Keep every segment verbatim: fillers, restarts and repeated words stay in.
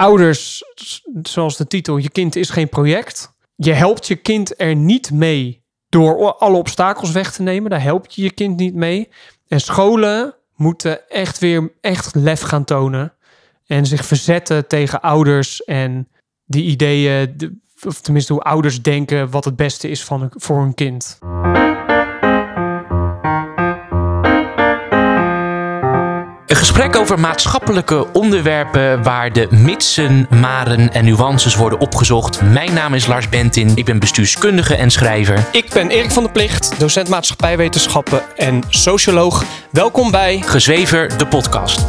ouders, zoals de titel, je kind is geen project. Je helpt je kind er niet mee door alle obstakels weg te nemen. Daar help je je kind niet mee. En scholen moeten echt weer echt lef gaan tonen. En zich verzetten tegen ouders en die ideeën, of tenminste hoe ouders denken wat het beste is van een, voor hun kind. Een gesprek over maatschappelijke onderwerpen waar de mitsen, maren en nuances worden opgezocht. Mijn naam is Lars Bentin, ik ben bestuurskundige en schrijver. Ik ben Erik van der Plicht, docent maatschappijwetenschappen en socioloog. Welkom bij Gezwever, de podcast.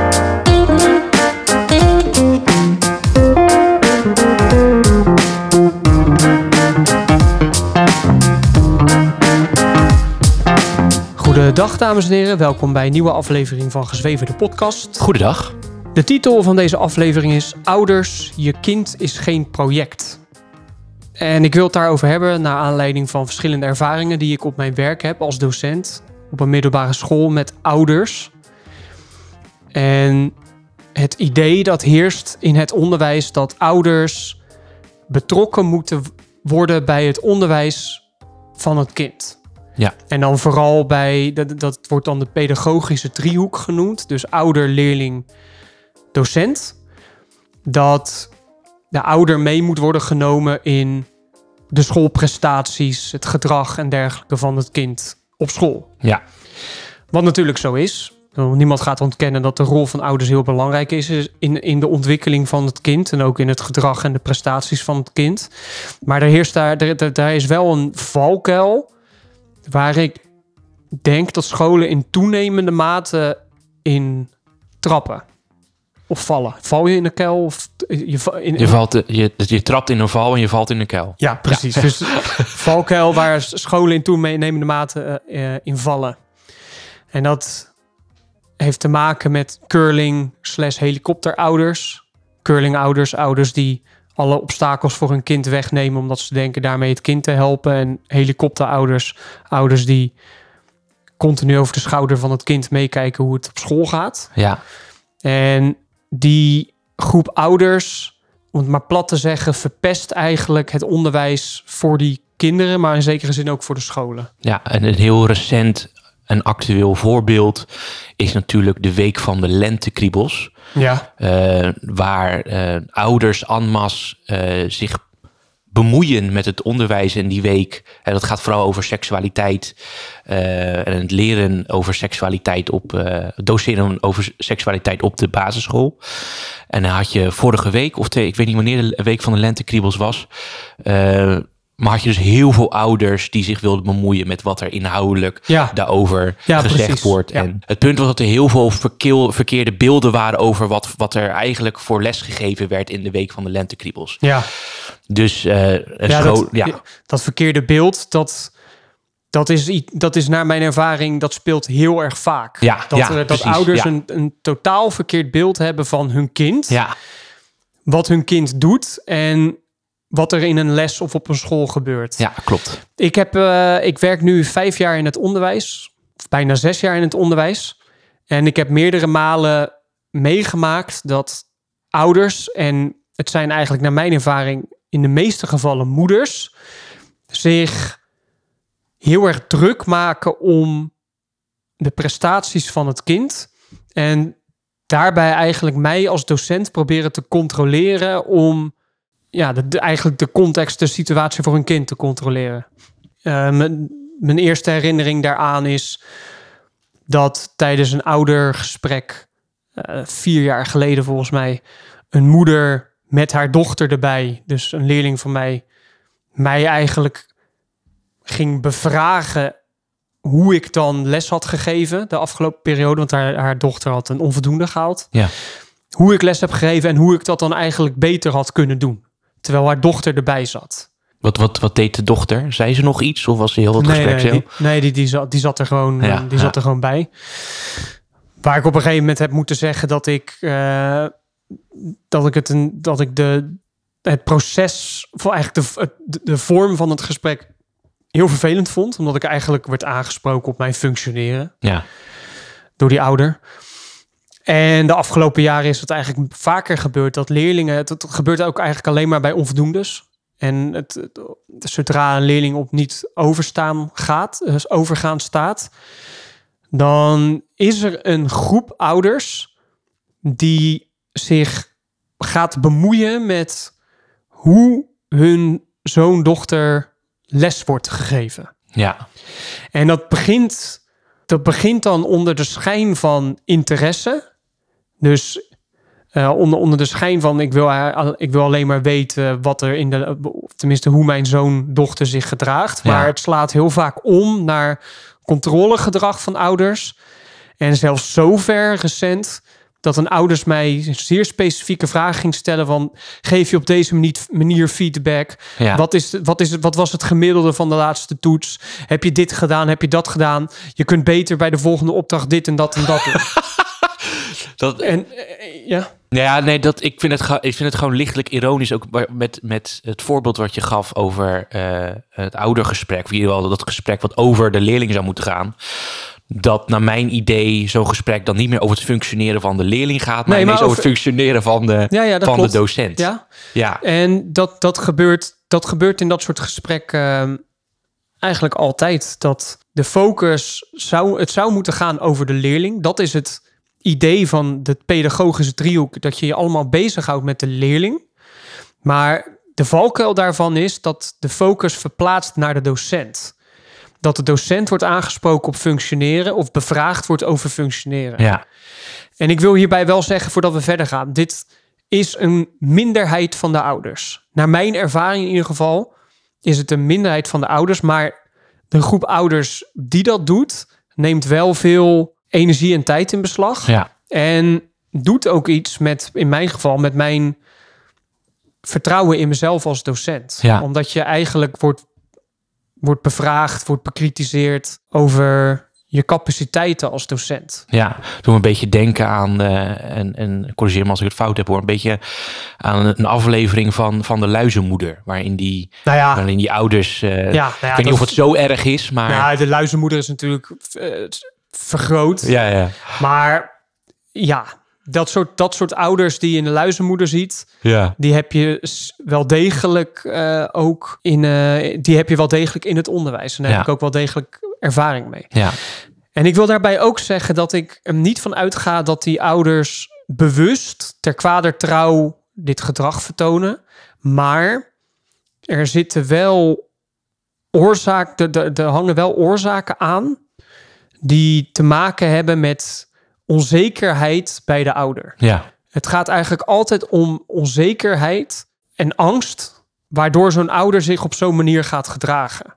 Goedendag dames en heren, welkom bij een nieuwe aflevering van Gezwever, de podcast. Goedendag. De titel van deze aflevering is Ouders, je kind is geen project. En ik wil het daarover hebben naar aanleiding van verschillende ervaringen die ik op mijn werk heb als docent op een middelbare school met ouders. En het idee dat heerst in het onderwijs dat ouders betrokken moeten worden bij het onderwijs van het kind. Ja. En dan vooral bij, dat, dat wordt dan de pedagogische driehoek genoemd. Dus ouder, leerling, docent. Dat de ouder mee moet worden genomen in de schoolprestaties, het gedrag en dergelijke van het kind op school. Ja. Wat natuurlijk zo is. Niemand gaat ontkennen dat de rol van ouders heel belangrijk is in, in de ontwikkeling van het kind en ook in het gedrag en de prestaties van het kind. Maar er heerst daar, er, daar is wel een valkuil waar ik denk dat scholen in toenemende mate in trappen of vallen. Val je in de kuil? Of je, in, je, valt, je, je trapt in een val en je valt in een kuil. Ja, precies. Ja. Dus valkuil waar scholen in toenemende mate uh, in vallen. En dat heeft te maken met curling slash helikopterouders. Curlingouders, ouders die alle obstakels voor hun kind wegnemen omdat ze denken daarmee het kind te helpen. En helikopterouders, ouders die continu over de schouder van het kind meekijken hoe het op school gaat. Ja. En die groep ouders, om het maar plat te zeggen, verpest eigenlijk het onderwijs voor die kinderen, maar in zekere zin ook voor de scholen. Ja, en een heel recent en actueel voorbeeld is natuurlijk de week van de lentekriebels. Ja. Uh, waar uh, ouders en masse uh, zich bemoeien met het onderwijs in die week. En dat gaat vooral over seksualiteit. Uh, en het leren over seksualiteit op... Uh, doseren over seksualiteit op de basisschool. En dan had je vorige week, of twee, ik weet niet wanneer de week van de lentekriebels was... Uh, Maar had je dus heel veel ouders die zich wilden bemoeien met wat er inhoudelijk ja. daarover ja, gezegd precies. wordt. Ja. En het punt was dat er heel veel verkeel, verkeerde beelden waren over wat, wat er eigenlijk voor les gegeven werd in de week van de lentekriebels. Ja. Dus uh, ja, school, dat, ja. dat verkeerde beeld, dat, dat, is, dat is naar mijn ervaring, dat speelt heel erg vaak. Ja, dat ja, dat precies, ouders ja. een, een totaal verkeerd beeld hebben van hun kind. Ja. Wat hun kind doet en wat er in een les of op een school gebeurt. Ja, klopt. Ik, heb, uh, ik werk nu vijf jaar in het onderwijs. Of bijna zes jaar in het onderwijs. En ik heb meerdere malen meegemaakt dat ouders, en het zijn eigenlijk naar mijn ervaring in de meeste gevallen moeders, zich heel erg druk maken om de prestaties van het kind. En daarbij eigenlijk mij als docent proberen te controleren om ja, de, de, eigenlijk de context, de situatie voor een kind te controleren. Uh, mijn, mijn eerste herinnering daaraan is dat tijdens een oudergesprek, uh, vier jaar geleden volgens mij, een moeder met haar dochter erbij, dus een leerling van mij, mij eigenlijk ging bevragen hoe ik dan les had gegeven de afgelopen periode, want haar, haar dochter had een onvoldoende gehaald. Ja. Hoe ik les heb gegeven en hoe ik dat dan eigenlijk beter had kunnen doen. Terwijl haar dochter erbij zat. Wat, wat, wat deed de dochter? Zei ze nog iets of was ze heel wat nee, gesprek? Nee, die, nee die, die, zat, die, zat er gewoon, ja, die zat ja. er gewoon bij. Waar ik op een gegeven moment heb moeten zeggen dat ik, uh, dat ik, het, een, dat ik de, het proces, of eigenlijk de, de, de vorm van het gesprek heel vervelend vond. Omdat ik eigenlijk werd aangesproken op mijn functioneren. Ja. Door die ouder. En de afgelopen jaren is het eigenlijk vaker gebeurd dat leerlingen... Het, het gebeurt ook eigenlijk alleen maar bij onvoldoendes. En het, het, zodra een leerling op niet overstaan gaat, dus overgaan staat... dan is er een groep ouders die zich gaat bemoeien met hoe hun zoon, dochter les wordt gegeven. Ja. En dat begint, dat begint dan onder de schijn van interesse. Dus uh, onder, onder de schijn van ik wil, uh, ik wil alleen maar weten wat er in de, tenminste hoe mijn zoon, dochter zich gedraagt. Maar ja. het slaat heel vaak om naar controlegedrag van ouders. En zelfs zover recent dat een ouders mij zeer specifieke vragen ging stellen van... geef je op deze manier feedback? Ja. Wat, is, wat, is, wat was het gemiddelde van de laatste toets? Heb je dit gedaan? Heb je dat gedaan? Je kunt beter bij de volgende opdracht dit en dat en dat doen. dat, en, uh, ja... Ja, nee, dat, ik, vind het, ik vind het gewoon lichtelijk ironisch... ook met, met het voorbeeld wat je gaf over uh, het oudergesprek... of in ieder geval dat gesprek wat over de leerling zou moeten gaan... dat naar mijn idee zo'n gesprek dan niet meer over het functioneren van de leerling gaat... maar, nee, maar over... over het functioneren van de, ja, ja, van de docent. Ja, ja. En dat, dat, gebeurt, dat gebeurt in dat soort gesprekken uh, eigenlijk altijd. Dat de focus, zou, het zou moeten gaan over de leerling. Dat is het idee van de pedagogische driehoek... dat je je allemaal bezighoudt met de leerling. Maar de valkuil daarvan is dat de focus verplaatst naar de docent... dat de docent wordt aangesproken op functioneren... of bevraagd wordt over functioneren. Ja. En ik wil hierbij wel zeggen, voordat we verder gaan... dit is een minderheid van de ouders. Naar mijn ervaring in ieder geval... is het een minderheid van de ouders... maar de groep ouders die dat doet... neemt wel veel energie en tijd in beslag. Ja. En doet ook iets met, in mijn geval... met mijn vertrouwen in mezelf als docent. Ja. Omdat je eigenlijk wordt... wordt bevraagd, wordt bekritiseerd over je capaciteiten als docent. Ja, doe me een beetje denken aan, uh, en, en corrigeer me als ik het fout heb hoor, een beetje aan een aflevering van, van de Luizenmoeder, waarin die, nou ja, waarin die ouders, uh, ja, nou ja, ik weet niet of het zo erg is, maar... Ja, de Luizenmoeder is natuurlijk uh, vergroot. Ja, ja. Maar ja... Dat soort, dat soort ouders die je in de Luizenmoeder ziet... Ja. die heb je wel degelijk uh, ook in, uh, die heb je wel degelijk in het onderwijs. En daar ja. heb ik ook wel degelijk ervaring mee. Ja. En ik wil daarbij ook zeggen dat ik er niet van uitga... dat die ouders bewust ter kwadertrouw dit gedrag vertonen. Maar er zitten wel oorzaken... Er hangen wel oorzaken aan... die te maken hebben met... onzekerheid bij de ouder. Ja. Het gaat eigenlijk altijd om onzekerheid en angst... waardoor zo'n ouder zich op zo'n manier gaat gedragen.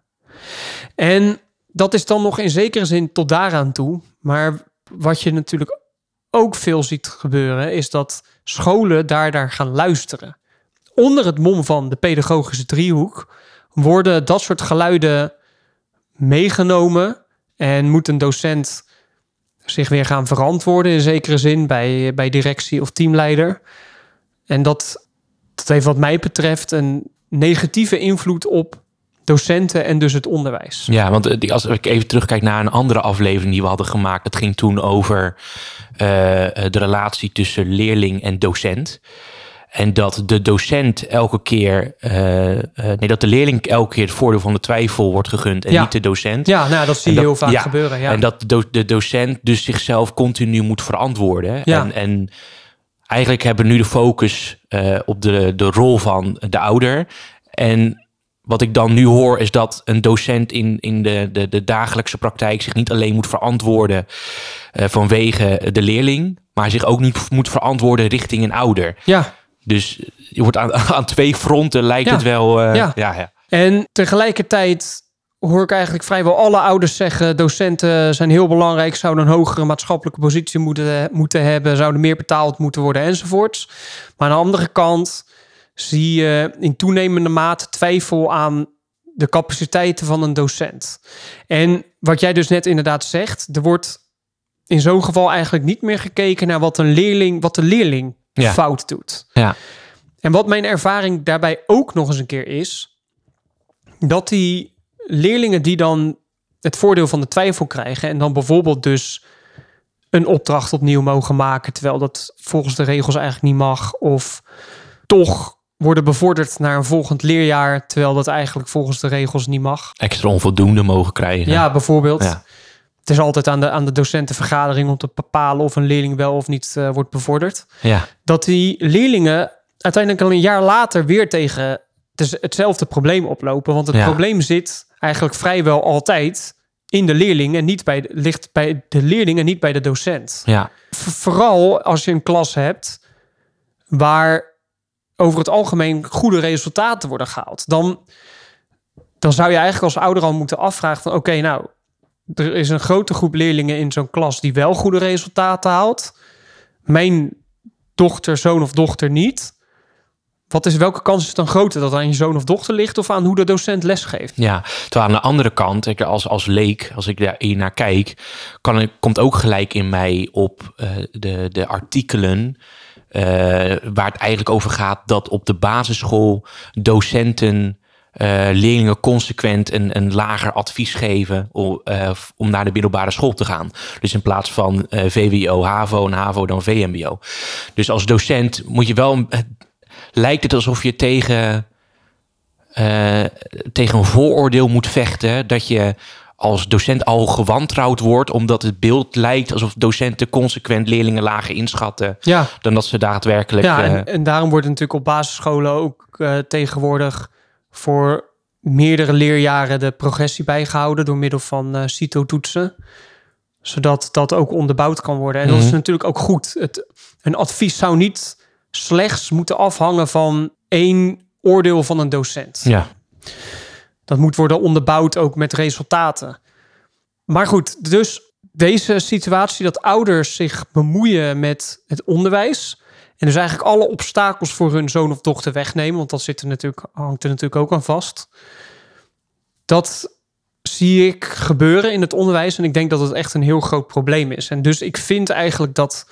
En dat is dan nog in zekere zin tot daaraan toe. Maar wat je natuurlijk ook veel ziet gebeuren... is dat scholen daar naar gaan luisteren. Onder het mom van de pedagogische driehoek... worden dat soort geluiden meegenomen... en moet een docent... zich weer gaan verantwoorden in zekere zin bij, bij directie of teamleider. En dat, dat heeft wat mij betreft een negatieve invloed op docenten en dus het onderwijs. Ja, want als ik even terugkijk naar een andere aflevering die we hadden gemaakt... dat ging toen over uh, de relatie tussen leerling en docent... En dat de docent elke keer... Uh, uh, nee, dat de leerling elke keer het voordeel van de twijfel wordt gegund... en ja. niet de docent. Ja, nou, dat zie je dat, heel vaak ja, gebeuren. Ja. En dat de, do- de docent dus zichzelf continu moet verantwoorden. Ja. En, en eigenlijk hebben we nu de focus uh, op de, de rol van de ouder. En wat ik dan nu hoor is dat een docent in, in de, de, de dagelijkse praktijk... zich niet alleen moet verantwoorden uh, vanwege de leerling... maar zich ook niet moet verantwoorden richting een ouder. Ja. Dus je wordt aan, aan twee fronten lijkt ja. het wel... Uh, ja. Ja, ja. En tegelijkertijd hoor ik eigenlijk vrijwel alle ouders zeggen... docenten zijn heel belangrijk, zouden een hogere maatschappelijke positie moeten, moeten hebben... zouden meer betaald moeten worden enzovoorts. Maar aan de andere kant zie je in toenemende mate twijfel aan de capaciteiten van een docent. En wat jij dus net inderdaad zegt... er wordt in zo'n geval eigenlijk niet meer gekeken naar wat een leerling, wat de leerling... Ja. fout doet. Ja. En wat mijn ervaring daarbij ook nog eens een keer is... dat die leerlingen die dan het voordeel van de twijfel krijgen... en dan bijvoorbeeld dus een opdracht opnieuw mogen maken, terwijl dat volgens de regels eigenlijk niet mag. Of toch worden bevorderd naar een volgend leerjaar, terwijl dat eigenlijk volgens de regels niet mag. Extra onvoldoende mogen krijgen. Ja, bijvoorbeeld. Ja. Het is altijd aan de, aan de docentenvergadering om te bepalen of een leerling wel of niet uh, wordt bevorderd. Ja. Dat die leerlingen uiteindelijk al een jaar later weer tegen hetzelfde probleem oplopen. Want het ja. probleem zit eigenlijk vrijwel altijd in de leerling en niet bij de, ligt bij de leerling en niet bij de docent. Ja. V- vooral als je een klas hebt waar over het algemeen goede resultaten worden gehaald. Dan, dan zou je eigenlijk als ouder al moeten afvragen van oké, okay, nou, er is een grote groep leerlingen in zo'n klas die wel goede resultaten haalt. Mijn dochter, zoon of dochter niet. Wat is, welke kans is dan groter dat aan je zoon of dochter ligt of aan hoe de docent lesgeeft? Ja, terwijl aan de andere kant, ik als, als leek, als ik daar hier naar kijk, kan, komt ook gelijk in mij op uh, de, de artikelen uh, waar het eigenlijk over gaat dat op de basisschool docenten Uh, leerlingen consequent een, een lager advies geven om, uh, om naar de middelbare school te gaan. Dus in plaats van uh, V W O, HAVO en HAVO dan V M B O. Dus als docent moet je wel... Uh, lijkt het alsof je tegen, uh, tegen een vooroordeel moet vechten dat je als docent al gewantrouwd wordt, omdat het beeld lijkt alsof docenten consequent leerlingen lager inschatten ja. dan dat ze daadwerkelijk... Ja, en, uh, en daarom wordt het natuurlijk op basisscholen ook uh, tegenwoordig voor meerdere leerjaren de progressie bijgehouden door middel van uh, CITO-toetsen. Zodat dat ook onderbouwd kan worden. En mm-hmm. dat is natuurlijk ook goed. Het, een advies zou niet slechts moeten afhangen van één oordeel van een docent. Ja. Dat moet worden onderbouwd ook met resultaten. Maar goed, dus deze situatie dat ouders zich bemoeien met het onderwijs en dus eigenlijk alle obstakels voor hun zoon of dochter wegnemen, want dat zit er natuurlijk, hangt er natuurlijk ook aan vast. Dat zie ik gebeuren in het onderwijs en ik denk dat het echt een heel groot probleem is. En dus ik vind eigenlijk dat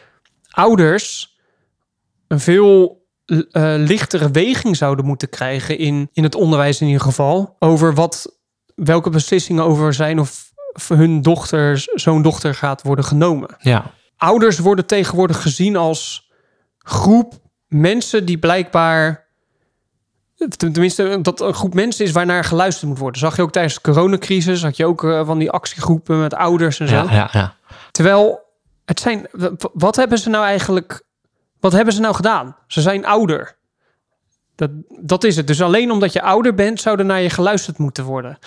ouders een veel uh, lichtere weging zouden moeten krijgen in, in het onderwijs in ieder geval, over wat, welke beslissingen over zijn of hun dochter, zo'n dochter gaat worden genomen. Ja. Ouders worden tegenwoordig gezien als groep mensen die blijkbaar, tenminste dat een groep mensen is waarnaar geluisterd moet worden. Zag je ook tijdens de coronacrisis, had je ook uh, van die actiegroepen met ouders en zo. Ja, ja, ja. Terwijl het zijn, wat hebben ze nou eigenlijk, wat hebben ze nou gedaan? Ze zijn ouder. Dat, dat is het. Dus alleen omdat je ouder bent, zou er naar je geluisterd moeten worden.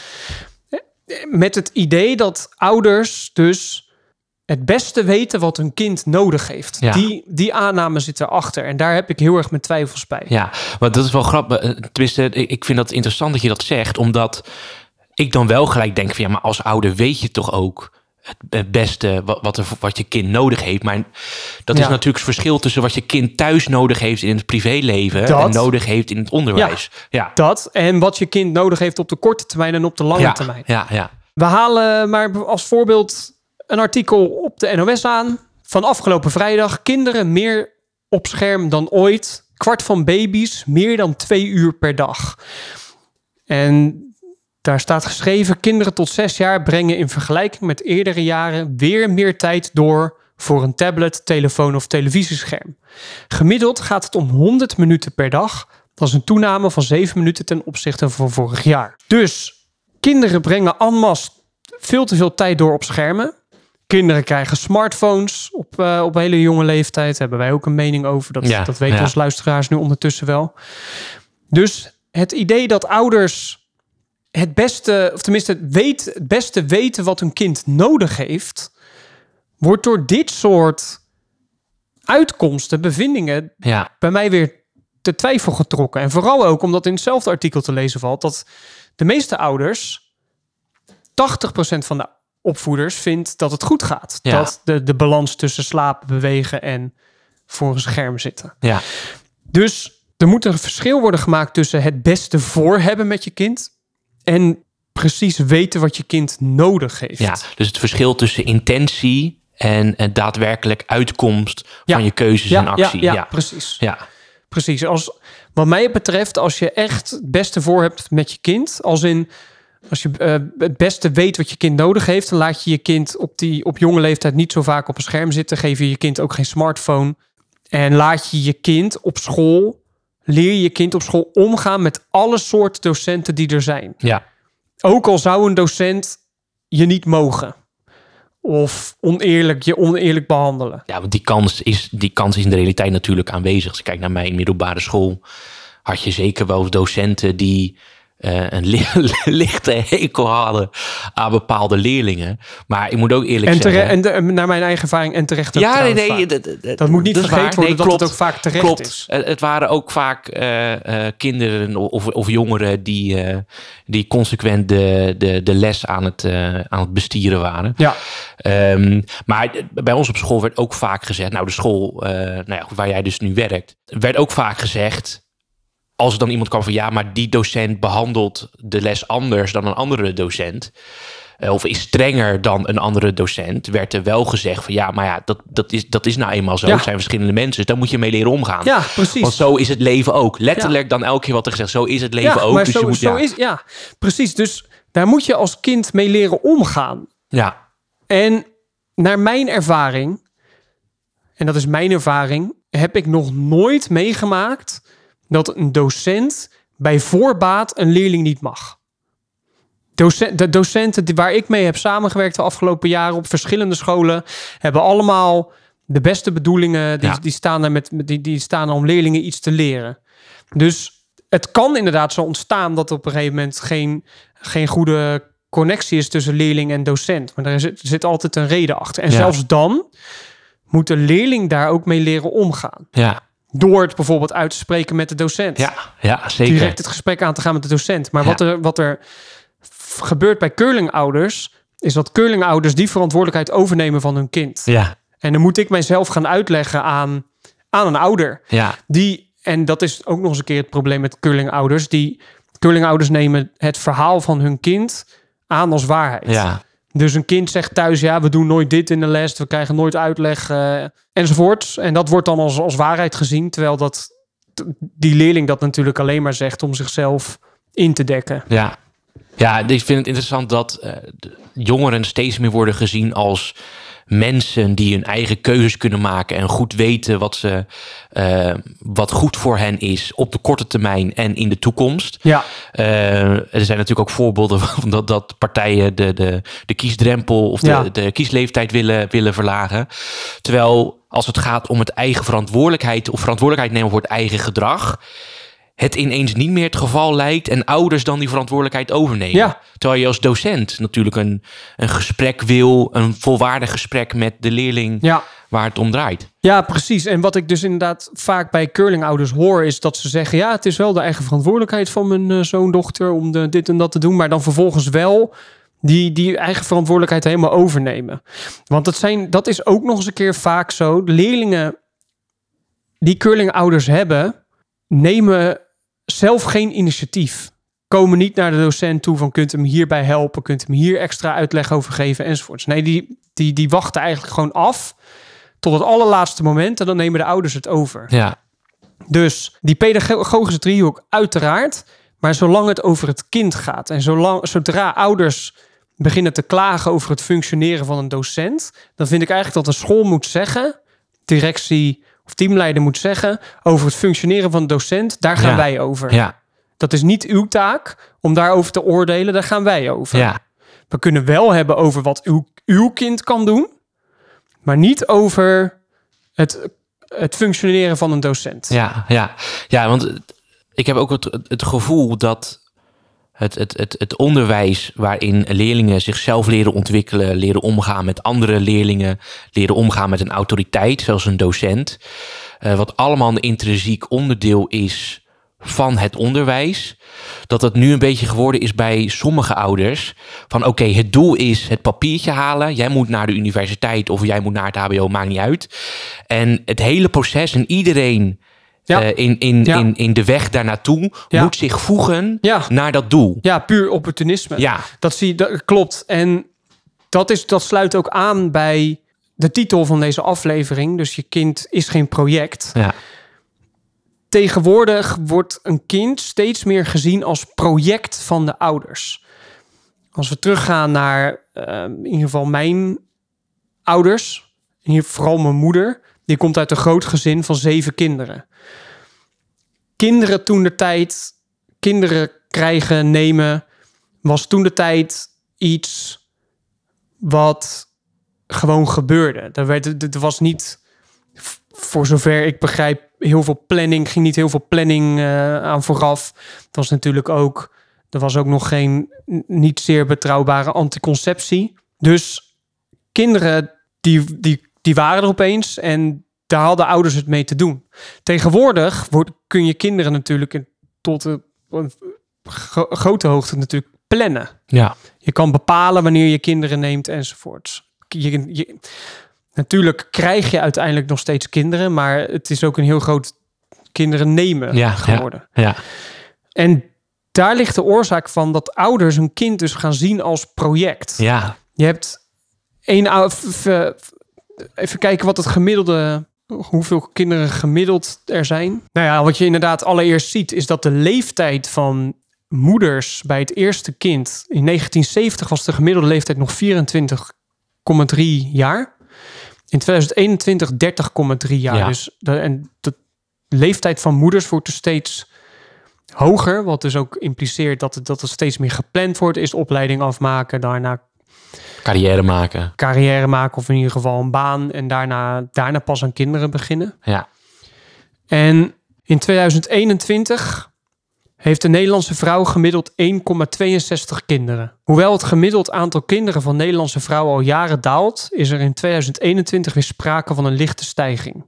Met het idee dat ouders dus het beste weten wat hun kind nodig heeft. Ja. Die, die aanname zit erachter. En daar heb ik heel erg mijn twijfels bij. Ja, maar dat is wel grappig. Tenminste, ik vind dat interessant dat je dat zegt. Omdat ik dan wel gelijk denk van ja, maar als ouder weet je toch ook het beste wat, wat, er, wat je kind nodig heeft. Maar dat ja. is natuurlijk het verschil tussen wat je kind thuis nodig heeft in het privéleven dat, en nodig heeft in het onderwijs. Ja, ja. Dat en wat je kind nodig heeft op de korte termijn en op de lange ja, termijn. Ja, ja. We halen maar als voorbeeld een artikel op de N O S aan van afgelopen vrijdag. Kinderen meer op scherm dan ooit. Kwart van baby's meer dan twee uur per dag. En daar staat geschreven: kinderen tot zes jaar brengen in vergelijking met eerdere jaren weer meer tijd door voor een tablet, telefoon of televisiescherm. Gemiddeld gaat het om honderd minuten per dag. Dat is een toename van zeven minuten ten opzichte van vorig jaar. Dus kinderen brengen en masse veel te veel tijd door op schermen. Kinderen krijgen smartphones op, uh, op een hele jonge leeftijd. Daar hebben wij ook een mening over. Dat, ja, dat weten ja. onze luisteraars nu ondertussen wel. Dus het idee dat ouders het beste, of tenminste het, weet, het beste weten wat hun kind nodig heeft, wordt door dit soort uitkomsten, bevindingen, ja. bij mij weer te twijfel getrokken. En vooral ook omdat in hetzelfde artikel te lezen valt dat de meeste ouders, tachtig procent van de opvoeders vindt dat het goed gaat. Ja. Dat de, de balans tussen slapen, bewegen en voor een scherm zitten. Ja. Dus er moet een verschil worden gemaakt tussen het beste voor hebben met je kind en precies weten wat je kind nodig heeft. Ja, dus het verschil tussen intentie en, en daadwerkelijk uitkomst ja. van je keuzes ja, en actie. Ja, ja, ja. precies. Ja. Precies. Als, wat mij betreft, als je echt het beste voor hebt met je kind, als in Als je uh, het beste weet wat je kind nodig heeft, dan laat je je kind op, die, op jonge leeftijd niet zo vaak op een scherm zitten. Geef je je kind ook geen smartphone. En laat je je kind op school, leer je je kind op school omgaan met alle soorten docenten die er zijn. Ja. Ook al zou een docent je niet mogen. Of oneerlijk, je oneerlijk behandelen. Ja, want die kans is, die kans is in de realiteit natuurlijk aanwezig. Als ik kijk naar mijn middelbare school, had je zeker wel docenten die uh, een li- lichte hekel hadden aan bepaalde leerlingen. Maar ik moet ook eerlijk en tere- zeggen... En de, naar mijn eigen ervaring en terecht ook Ja, nee, nee. dat, dat, dat, dat moet niet dat vergeten worden nee, dat klopt, het ook vaak terecht klopt. is. Het waren ook vaak uh, uh, kinderen of, of jongeren die, uh, die consequent de, de, de les aan het, uh, aan het bestieren waren. Ja. Um, maar bij ons op school werd ook vaak gezegd... Nou, de school uh, nou ja, goed, waar jij dus nu werkt... werd ook vaak gezegd... Als er dan iemand kwam van... ja, maar die docent behandelt de les anders dan een andere docent... Uh, of is strenger dan een andere docent... werd er wel gezegd van... ja, maar ja, dat, dat, is, dat is nou eenmaal zo. Ja. Het zijn verschillende mensen, dus daar moet je mee leren omgaan. Ja, precies. Want zo is het leven ook. Letterlijk ja. dan elke keer wat er gezegd... zo is het leven ja, ook. Maar dus zo, je moet, zo ja. is, ja, precies. Dus daar moet je als kind mee leren omgaan. Ja. En naar mijn ervaring... en dat is mijn ervaring... heb ik nog nooit meegemaakt... dat een docent bij voorbaat een leerling niet mag. Docent, de docenten die, waar ik mee heb samengewerkt de afgelopen jaren op verschillende scholen... hebben allemaal de beste bedoelingen. Die, Ja. die, staan er met, die, die staan er om leerlingen iets te leren. Dus het kan inderdaad zo ontstaan... dat op een gegeven moment geen, geen goede connectie is... tussen leerling en docent. Maar er zit, er zit altijd een reden achter. En Ja. zelfs dan moet de leerling daar ook mee leren omgaan. Ja. Door het bijvoorbeeld uit te spreken met de docent. Ja, ja, zeker. Direct het gesprek aan te gaan met de docent. Maar Ja. wat er, wat er f- gebeurt bij curlingouders... is dat curlingouders die verantwoordelijkheid overnemen van hun kind. Ja, En dan moet ik mijzelf gaan uitleggen aan, aan een ouder. ja, Die, en dat is ook nog eens een keer het probleem met curlingouders. Die curlingouders nemen het verhaal van hun kind aan als waarheid. ja. Dus een kind zegt thuis, ja, we doen nooit dit in de les, we krijgen nooit uitleg, uh, enzovoort. En dat wordt dan als, als waarheid gezien, terwijl dat, die leerling dat natuurlijk alleen maar zegt om zichzelf in te dekken. Ja, ja, ik vind het interessant dat uh, de jongeren steeds meer worden gezien als mensen die hun eigen keuzes kunnen maken en goed weten wat, ze, uh, wat goed voor hen is op de korte termijn en in de toekomst. Ja. Uh, er zijn natuurlijk ook voorbeelden van dat, dat partijen de, de, de kiesdrempel of de, Ja. de kiesleeftijd willen, willen verlagen. Terwijl als het gaat om het eigen verantwoordelijkheid of verantwoordelijkheid nemen voor het eigen gedrag, het ineens niet meer het geval lijkt en ouders dan die verantwoordelijkheid overnemen. Ja. Terwijl je als docent natuurlijk een, een gesprek wil, een volwaardig gesprek met de leerling Ja. waar het om draait. Ja, precies. En wat ik dus inderdaad vaak bij curlingouders hoor, is dat ze zeggen, ja, het is wel de eigen verantwoordelijkheid van mijn uh, zoon, dochter om de, dit en dat te doen, maar dan vervolgens wel die, die eigen verantwoordelijkheid helemaal overnemen. Want dat, zijn, dat is ook nog eens een keer vaak zo. De leerlingen die curlingouders hebben, nemen zelf geen initiatief. Komen niet naar de docent toe van, kunt hem hierbij helpen, kunt hem hier extra uitleg over geven enzovoorts. Nee, die, die, die wachten eigenlijk gewoon af tot het allerlaatste moment en dan nemen de ouders het over. Ja, Dus die pedagogische driehoek uiteraard, maar zolang het over het kind gaat en zolang, zodra ouders beginnen te klagen over het functioneren van een docent, dan vind ik eigenlijk dat een school moet zeggen, directie of teamleider moet zeggen, over het functioneren van een docent, daar gaan Ja. wij over. ja, Dat is niet uw taak om daarover te oordelen, daar gaan wij over. ja. We kunnen wel hebben over wat uw, uw kind kan doen, maar niet over het, het functioneren van een docent. Ja, ja, ja, want ik heb ook het, het gevoel dat het, het, het, het onderwijs waarin leerlingen zichzelf leren ontwikkelen, leren omgaan met andere leerlingen, leren omgaan met een autoriteit, zoals een docent, uh, wat allemaal een intrinsiek onderdeel is van het onderwijs, dat het nu een beetje geworden is bij sommige ouders van oké, okay, het doel is het papiertje halen, jij moet naar de universiteit of jij moet naar het H B O, maakt niet uit. En het hele proces en iedereen Ja. uh, in, in, Ja. in, in de weg daarnaartoe Ja. moet zich voegen Ja. naar dat doel. Ja, puur opportunisme. Ja, Dat zie dat klopt. En dat, is, dat sluit ook aan bij de titel van deze aflevering. Dus je kind is geen project. ja, Tegenwoordig wordt een kind steeds meer gezien als project van de ouders. Als we teruggaan naar uh, in ieder geval mijn ouders, hier vooral mijn moeder, die komt uit een groot gezin van zeven kinderen. Kinderen toen de tijd, kinderen krijgen, nemen, was toen de tijd iets wat gewoon gebeurde. Er, werd, er was niet, voor zover ik begrijp, heel veel planning, ging niet heel veel planning uh, aan vooraf. Het was natuurlijk ook, er was ook nog geen niet zeer betrouwbare anticonceptie. Dus kinderen, die, die, die waren er opeens en daar hadden ouders het mee te doen. Tegenwoordig wordt, kun je kinderen natuurlijk tot een, een grote hoogte natuurlijk plannen. Ja. Je kan bepalen wanneer je kinderen neemt enzovoorts. Je, je, natuurlijk krijg je uiteindelijk nog steeds kinderen, maar het is ook een heel groot kinderen nemen ja, geworden. Ja, ja. En daar ligt de oorzaak van dat ouders hun kind dus gaan zien als project. Ja. Je hebt één, even kijken wat het gemiddelde, hoeveel kinderen gemiddeld er zijn. Nou ja, wat je inderdaad allereerst ziet is dat de leeftijd van moeders bij het eerste kind in negentien zeventig was de gemiddelde leeftijd nog vierentwintig komma drie jaar. In tweeduizend eenentwintig dertig komma drie jaar. Ja. Dus de, en de leeftijd van moeders wordt dus steeds hoger, wat dus ook impliceert dat het, dat er steeds meer gepland wordt. Is opleiding afmaken, daarna carrière maken. Carrière maken of in ieder geval een baan en daarna, daarna pas aan kinderen beginnen. Ja. En in tweeduizend eenentwintig heeft de Nederlandse vrouw gemiddeld één komma tweeënzestig kinderen. Hoewel het gemiddeld aantal kinderen van Nederlandse vrouwen al jaren daalt, is er in tweeduizend eenentwintig weer sprake van een lichte stijging.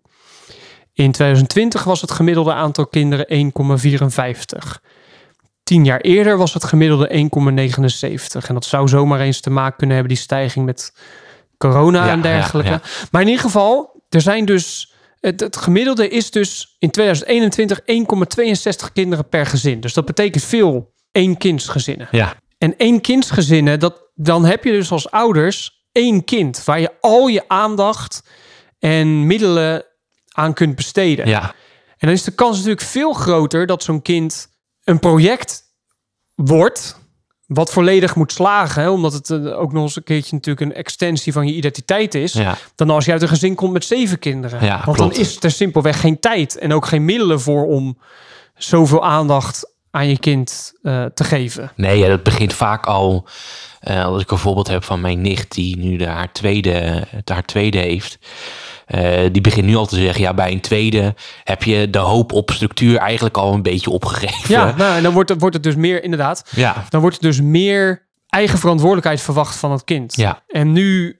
In tweeduizend twintig was het gemiddelde aantal kinderen één komma vierenvijftig. Tien jaar eerder was het gemiddelde één komma negenenzeventig. En dat zou zomaar eens te maken kunnen hebben, die stijging met corona Ja, en dergelijke. ja, ja. Maar in ieder geval, er zijn dus Het, het gemiddelde is dus in tweeduizend eenentwintig één komma tweeënzestig kinderen per gezin. Dus dat betekent veel één-kindsgezinnen. Ja. En één-kindsgezinnen, dat, dan heb je dus als ouders één kind waar je al je aandacht en middelen aan kunt besteden. Ja. En dan is de kans natuurlijk veel groter dat zo'n kind een project wordt wat volledig moet slagen, hè, omdat het uh, ook nog eens een keertje natuurlijk een extensie van je identiteit is, Ja. dan als je uit een gezin komt met zeven kinderen. Ja, Want klopt. dan is er simpelweg geen tijd en ook geen middelen voor om zoveel aandacht aan je kind uh, te geven. Nee, ja, dat begint vaak al, uh, als ik een voorbeeld heb van mijn nicht die nu de, haar, tweede, haar tweede heeft. Uh, die begint nu al te zeggen, ja, bij een tweede heb je de hoop op structuur eigenlijk al een beetje opgegeven. Ja, nou, en dan wordt het, wordt het dus meer, inderdaad, Ja. dan wordt het dus meer eigen verantwoordelijkheid verwacht van het kind. Ja. En nu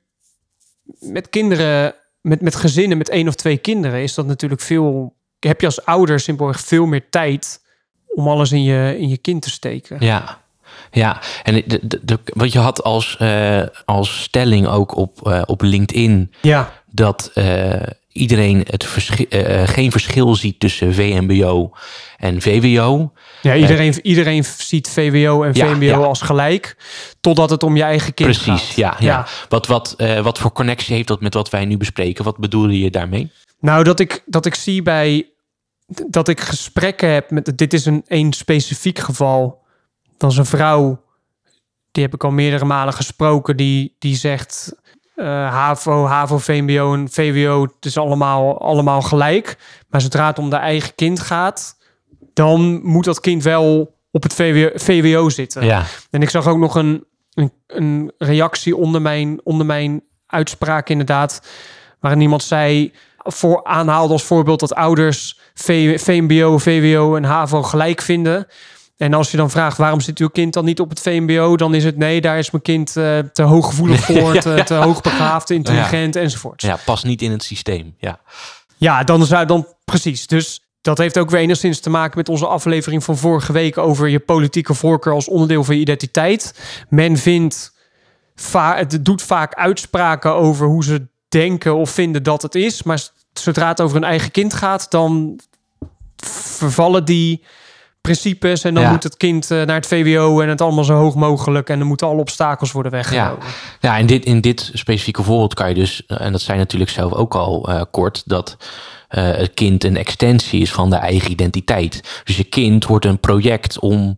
met kinderen, met, met gezinnen met één of twee kinderen, is dat natuurlijk veel, heb je als ouder simpelweg veel meer tijd om alles in je, in je kind te steken. Ja. Ja, en de, de, de, wat je had als, uh, als stelling ook op, uh, op LinkedIn, Ja. dat uh, iedereen het verschil, uh, geen verschil ziet tussen V M B O en V W O. Ja, iedereen, uh, iedereen ziet V W O en ja, V M B O ja. als gelijk, totdat het om je eigen kind Precies, gaat. ja. ja. Ja. Wat, wat, uh, wat voor connectie heeft dat met wat wij nu bespreken? Wat bedoelde je daarmee? Nou, dat ik, dat ik zie bij, dat ik gesprekken heb met, dit is een één specifiek geval. Dat is een vrouw, die heb ik al meerdere malen gesproken, die, die zegt uh, HAVO, HAVO, V M B O en V W O, het is allemaal, allemaal gelijk. Maar zodra het om de eigen kind gaat, dan moet dat kind wel op het V W O zitten. Ja. En ik zag ook nog een, een, een reactie onder mijn, onder mijn uitspraak inderdaad, waarin iemand zei, voor aanhaalde als voorbeeld dat ouders V M B O, V W O en HAVO gelijk vinden. En als je dan vraagt, waarom zit uw kind dan niet op het V M B O? Dan is het, nee, daar is mijn kind uh, te hooggevoelig voor, ja, te, ja. te hoogbegaafd, te intelligent ja. enzovoort. Ja, past niet in het systeem. Ja, ja dan zou dan precies. Dus dat heeft ook weer enigszins te maken met onze aflevering van vorige week over je politieke voorkeur als onderdeel van je identiteit. Men vindt, va- het doet vaak uitspraken over hoe ze denken of vinden dat het is. Maar zodra het over een eigen kind gaat, dan vervallen die principes en dan ja. moet het kind uh, naar het V W O en het allemaal zo hoog mogelijk en dan moeten alle obstakels worden weggenomen. Ja, ja in, dit, in dit specifieke voorbeeld kan je dus, en dat zei natuurlijk zelf ook al uh, kort, dat uh, het kind een extensie is van de eigen identiteit. Dus je kind wordt een project om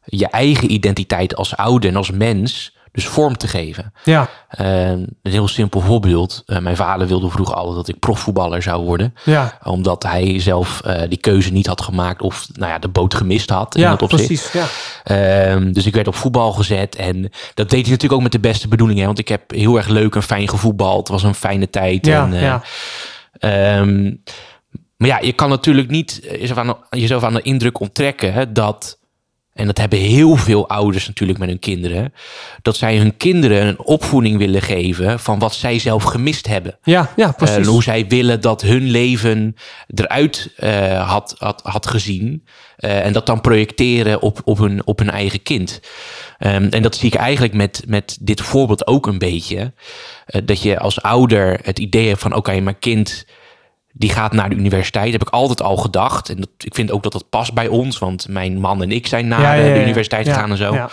je eigen identiteit als ouder en als mens dus vorm te geven. Ja. Uh, een heel simpel voorbeeld. Uh, mijn vader wilde vroeger altijd dat ik profvoetballer zou worden. Ja. Omdat hij zelf uh, die keuze niet had gemaakt of nou ja, de boot gemist had. Ja, in dat opzicht. precies. Ja. Uh, dus ik werd op voetbal gezet. En dat deed hij natuurlijk ook met de beste bedoelingen. Want ik heb heel erg leuk en fijn gevoetbald. Het was een fijne tijd. Ja, en, uh, ja. Um, maar ja, je kan natuurlijk niet jezelf aan, jezelf aan de indruk onttrekken hè, dat... En dat hebben heel veel ouders natuurlijk met hun kinderen. Dat zij hun kinderen een opvoeding willen geven van wat zij zelf gemist hebben. Ja, ja, precies. Uh, hoe zij willen dat hun leven eruit uh, had, had, had gezien. Uh, en dat dan projecteren op, op, hun, op hun eigen kind. Um, en dat zie ik eigenlijk met, met dit voorbeeld ook een beetje. Uh, dat je als ouder het idee hebt van oké, okay, mijn kind... die gaat naar de universiteit, heb ik altijd al gedacht. En dat, ik vind ook dat dat past bij ons. Want mijn man en ik zijn naar ja, ja, ja, de universiteit gegaan ja, en zo.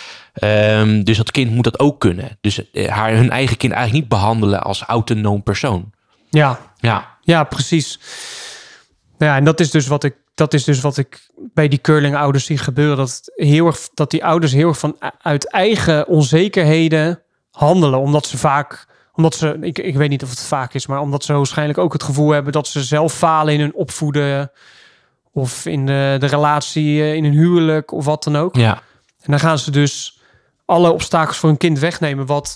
Ja. Um, dus dat kind moet dat ook kunnen. Dus uh, haar, hun eigen kind eigenlijk niet behandelen als autonoom persoon. Ja, ja. ja precies. Ja, en dat is dus wat ik, dat is dus wat ik bij die curling-ouders zie gebeuren. Dat, heel erg, dat die ouders heel erg van uit eigen onzekerheden handelen. Omdat ze vaak... Omdat ze, ik, ik weet niet of het vaak is, maar omdat ze waarschijnlijk ook het gevoel hebben dat ze zelf falen in hun opvoeden of in de, de relatie, in hun huwelijk of wat dan ook. Ja. En dan gaan ze dus alle obstakels voor hun kind wegnemen, wat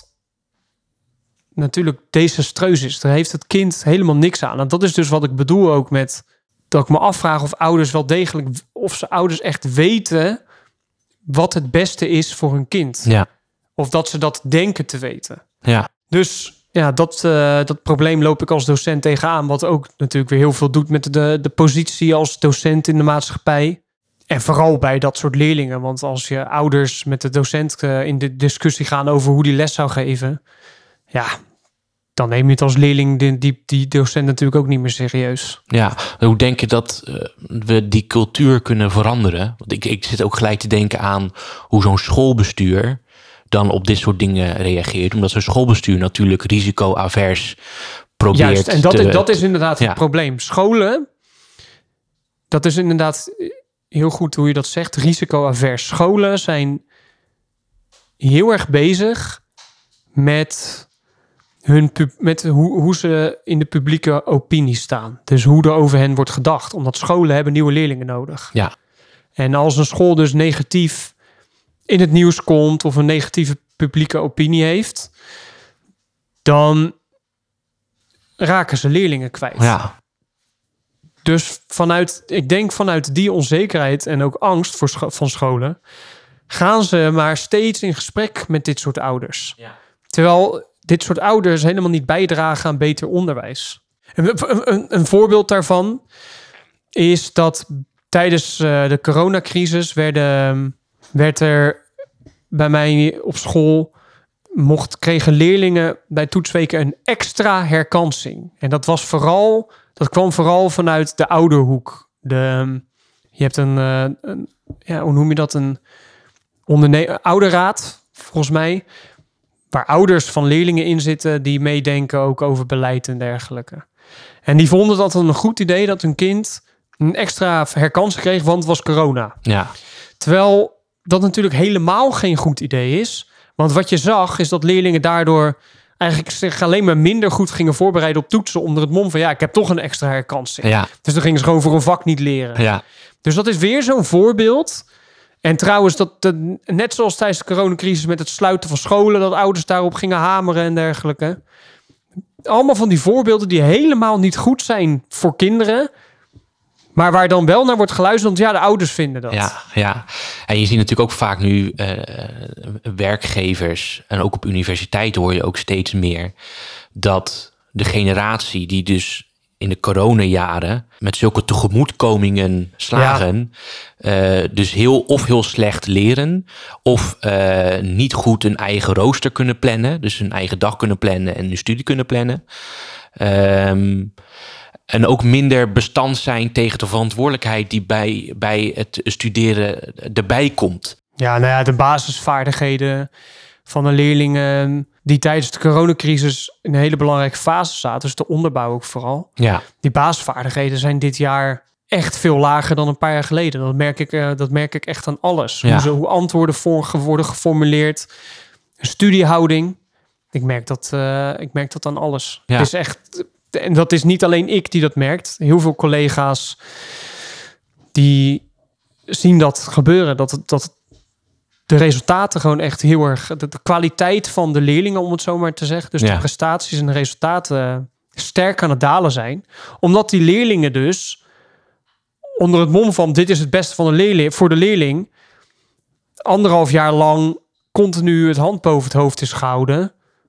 natuurlijk desastreus is. Daar heeft het kind helemaal niks aan. En dat is dus wat ik bedoel ook met dat ik me afvraag of ouders wel degelijk, of ze ouders echt weten wat het beste is voor hun kind. Ja. Of dat ze dat denken te weten. Ja. Dus ja, dat, uh, dat probleem loop ik als docent tegenaan. Wat ook natuurlijk weer heel veel doet met de, de positie als docent in de maatschappij. En vooral bij dat soort leerlingen. Want als je ouders met de docent uh, in de discussie gaan over hoe die les zou geven. Ja, dan neem je het als leerling die, die, die docent natuurlijk ook niet meer serieus. Ja, hoe denk je dat uh, we die cultuur kunnen veranderen? Want ik, ik zit ook gelijk te denken aan hoe zo'n schoolbestuur dan op dit soort dingen reageert. Omdat zo'n schoolbestuur natuurlijk risico-avers probeert. Juist, en dat, te, is, dat is inderdaad ja. het probleem. Scholen, dat is inderdaad heel goed hoe je dat zegt. Risico-avers. Scholen zijn heel erg bezig met, hun pub, met hoe, hoe ze in de publieke opinie staan. Dus hoe er over hen wordt gedacht. Omdat scholen hebben nieuwe leerlingen nodig. Ja. En als een school dus negatief in het nieuws komt of een negatieve publieke opinie heeft, dan raken ze leerlingen kwijt. Ja. Dus vanuit, ik denk vanuit die onzekerheid en ook angst voor scho- van scholen, gaan ze maar steeds in gesprek met dit soort ouders. Ja. Terwijl dit soort ouders helemaal niet bijdragen aan beter onderwijs. Een, een, een voorbeeld daarvan is dat tijdens uh, de coronacrisis werden, werd er bij mij op school mocht, kregen leerlingen bij toetsweken een extra herkansing. En dat was vooral, dat kwam vooral vanuit de ouderhoek. De, je hebt een, uh, een ja, hoe noem je dat? Een onderne- ouderraad, volgens mij, waar ouders van leerlingen in zitten die meedenken ook over beleid en dergelijke. En die vonden dat een goed idee dat hun kind een extra herkansing kreeg, want het was corona. Ja. Terwijl dat natuurlijk helemaal geen goed idee is. Want wat je zag is dat leerlingen daardoor eigenlijk zich alleen maar minder goed gingen voorbereiden op toetsen onder het mom van ja, ik heb toch een extra herkansing. Ja. Dus dan gingen ze gewoon voor een vak niet leren. Ja. Dus dat is weer zo'n voorbeeld. En trouwens, dat, dat net zoals tijdens de coronacrisis met het sluiten van scholen, dat ouders daarop gingen hameren en dergelijke. Allemaal van die voorbeelden die helemaal niet goed zijn voor kinderen, maar waar dan wel naar wordt geluisterd, want ja, de ouders vinden dat. Ja, ja. En je ziet natuurlijk ook vaak nu uh, werkgevers en ook op universiteiten hoor je ook steeds meer dat de generatie die dus in de coronajaren met zulke tegemoetkomingen slagen, ja. uh, dus heel of heel slecht leren of uh, niet goed hun eigen rooster kunnen plannen, dus hun eigen dag kunnen plannen en hun studie kunnen plannen. Um, En ook minder bestand zijn tegen de verantwoordelijkheid die bij, bij het studeren erbij komt. Ja, nou ja, de basisvaardigheden van een leerling die tijdens de coronacrisis in een hele belangrijke fase zaten, dus de onderbouw ook vooral. Ja. Die basisvaardigheden zijn dit jaar echt veel lager dan een paar jaar geleden. Dat merk ik, uh, dat merk ik echt aan alles. Ja. Hoe, ze, hoe antwoorden voor, worden geformuleerd. Studiehouding. Ik merk dat, uh, ik merk dat aan alles. Ja. Het is echt, en dat is niet alleen ik die dat merkt. Heel veel collega's die zien dat gebeuren. Dat, dat de resultaten gewoon echt heel erg... De, de kwaliteit van de leerlingen, om het zo maar te zeggen. Dus Ja. de prestaties en de resultaten sterk aan het dalen zijn. Omdat die leerlingen dus onder het mom van dit is het beste van de leerling, voor de leerling, anderhalf jaar lang continu het hand boven het hoofd is gehouden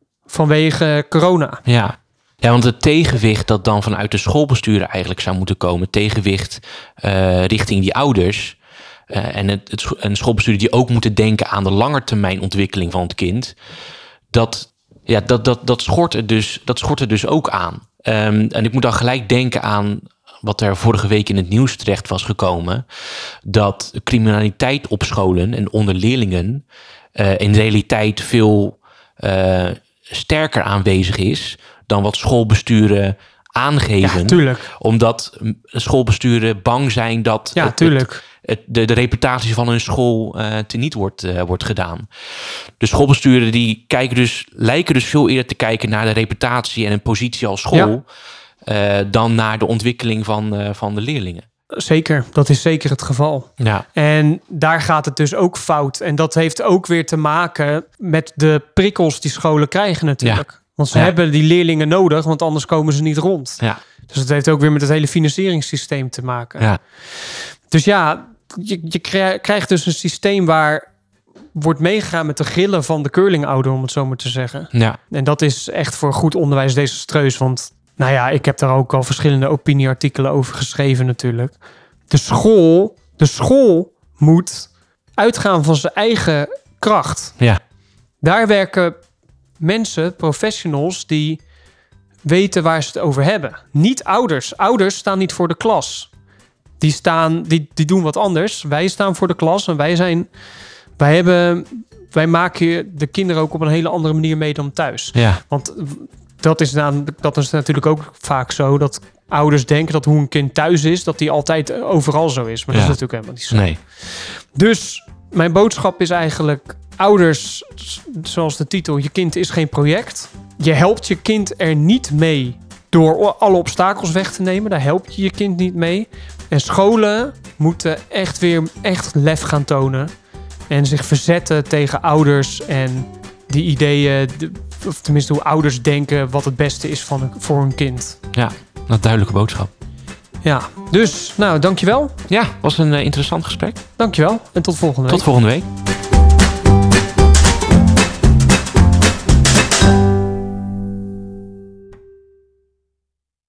vanwege corona. Ja. Ja, want het tegenwicht dat dan vanuit de schoolbesturen eigenlijk zou moeten komen, tegenwicht uh, richting die ouders uh, en het, het en schoolbesturen die ook moeten denken aan de langetermijnontwikkeling van het kind, dat, ja, dat, dat, dat, schort er dus, dat schort er dus ook aan. Um, en ik moet dan gelijk denken aan wat er vorige week in het nieuws terecht was gekomen, dat criminaliteit op scholen en onder leerlingen uh, in realiteit veel uh, sterker aanwezig is dan wat schoolbesturen aangeven. Ja, tuurlijk. Omdat schoolbesturen bang zijn dat ja, het, tuurlijk. Het, het, de, de reputatie van hun school uh, teniet wordt, uh, wordt gedaan. De schoolbesturen die kijken dus, lijken dus veel eerder te kijken naar de reputatie en een positie als school, ja. uh, dan naar de ontwikkeling van, uh, van de leerlingen. Zeker, dat is zeker het geval. Ja. En daar gaat het dus ook fout. En dat heeft ook weer te maken met de prikkels die scholen krijgen natuurlijk. Ja. Want ze ja. hebben die leerlingen nodig, want anders komen ze niet rond. Ja. Dus het heeft ook weer met het hele financieringssysteem te maken. Ja. Dus ja, je, je krijgt dus een systeem waar wordt meegegaan met de grillen van de curlingouder, om het zo maar te zeggen. Ja. En dat is echt voor goed onderwijs desastreus. Want nou ja, ik heb daar ook al verschillende opinieartikelen over geschreven natuurlijk. De school, de school moet uitgaan van zijn eigen kracht. Ja. Daar werken mensen, professionals, die weten waar ze het over hebben. Niet ouders. Ouders staan niet voor de klas. Die, staan, die, die doen wat anders. Wij staan voor de klas en wij zijn... Wij, hebben, wij maken de kinderen ook op een hele andere manier mee dan thuis. Ja. Want dat is, dan, dat is natuurlijk ook vaak zo, dat ouders denken dat hoe een kind thuis is, dat die altijd overal zo is. Maar ja. dat is natuurlijk helemaal niet zo. Nee. Dus mijn boodschap is eigenlijk, ouders, zoals de titel, je kind is geen project. Je helpt je kind er niet mee door alle obstakels weg te nemen. Daar help je je kind niet mee. En scholen moeten echt weer echt lef gaan tonen. En zich verzetten tegen ouders en die ideeën, of tenminste hoe ouders denken wat het beste is van, voor hun kind. Ja, een duidelijke boodschap. Ja, dus nou, dankjewel. Ja, was een uh, interessant gesprek. Dankjewel en tot volgende week. Tot volgende week.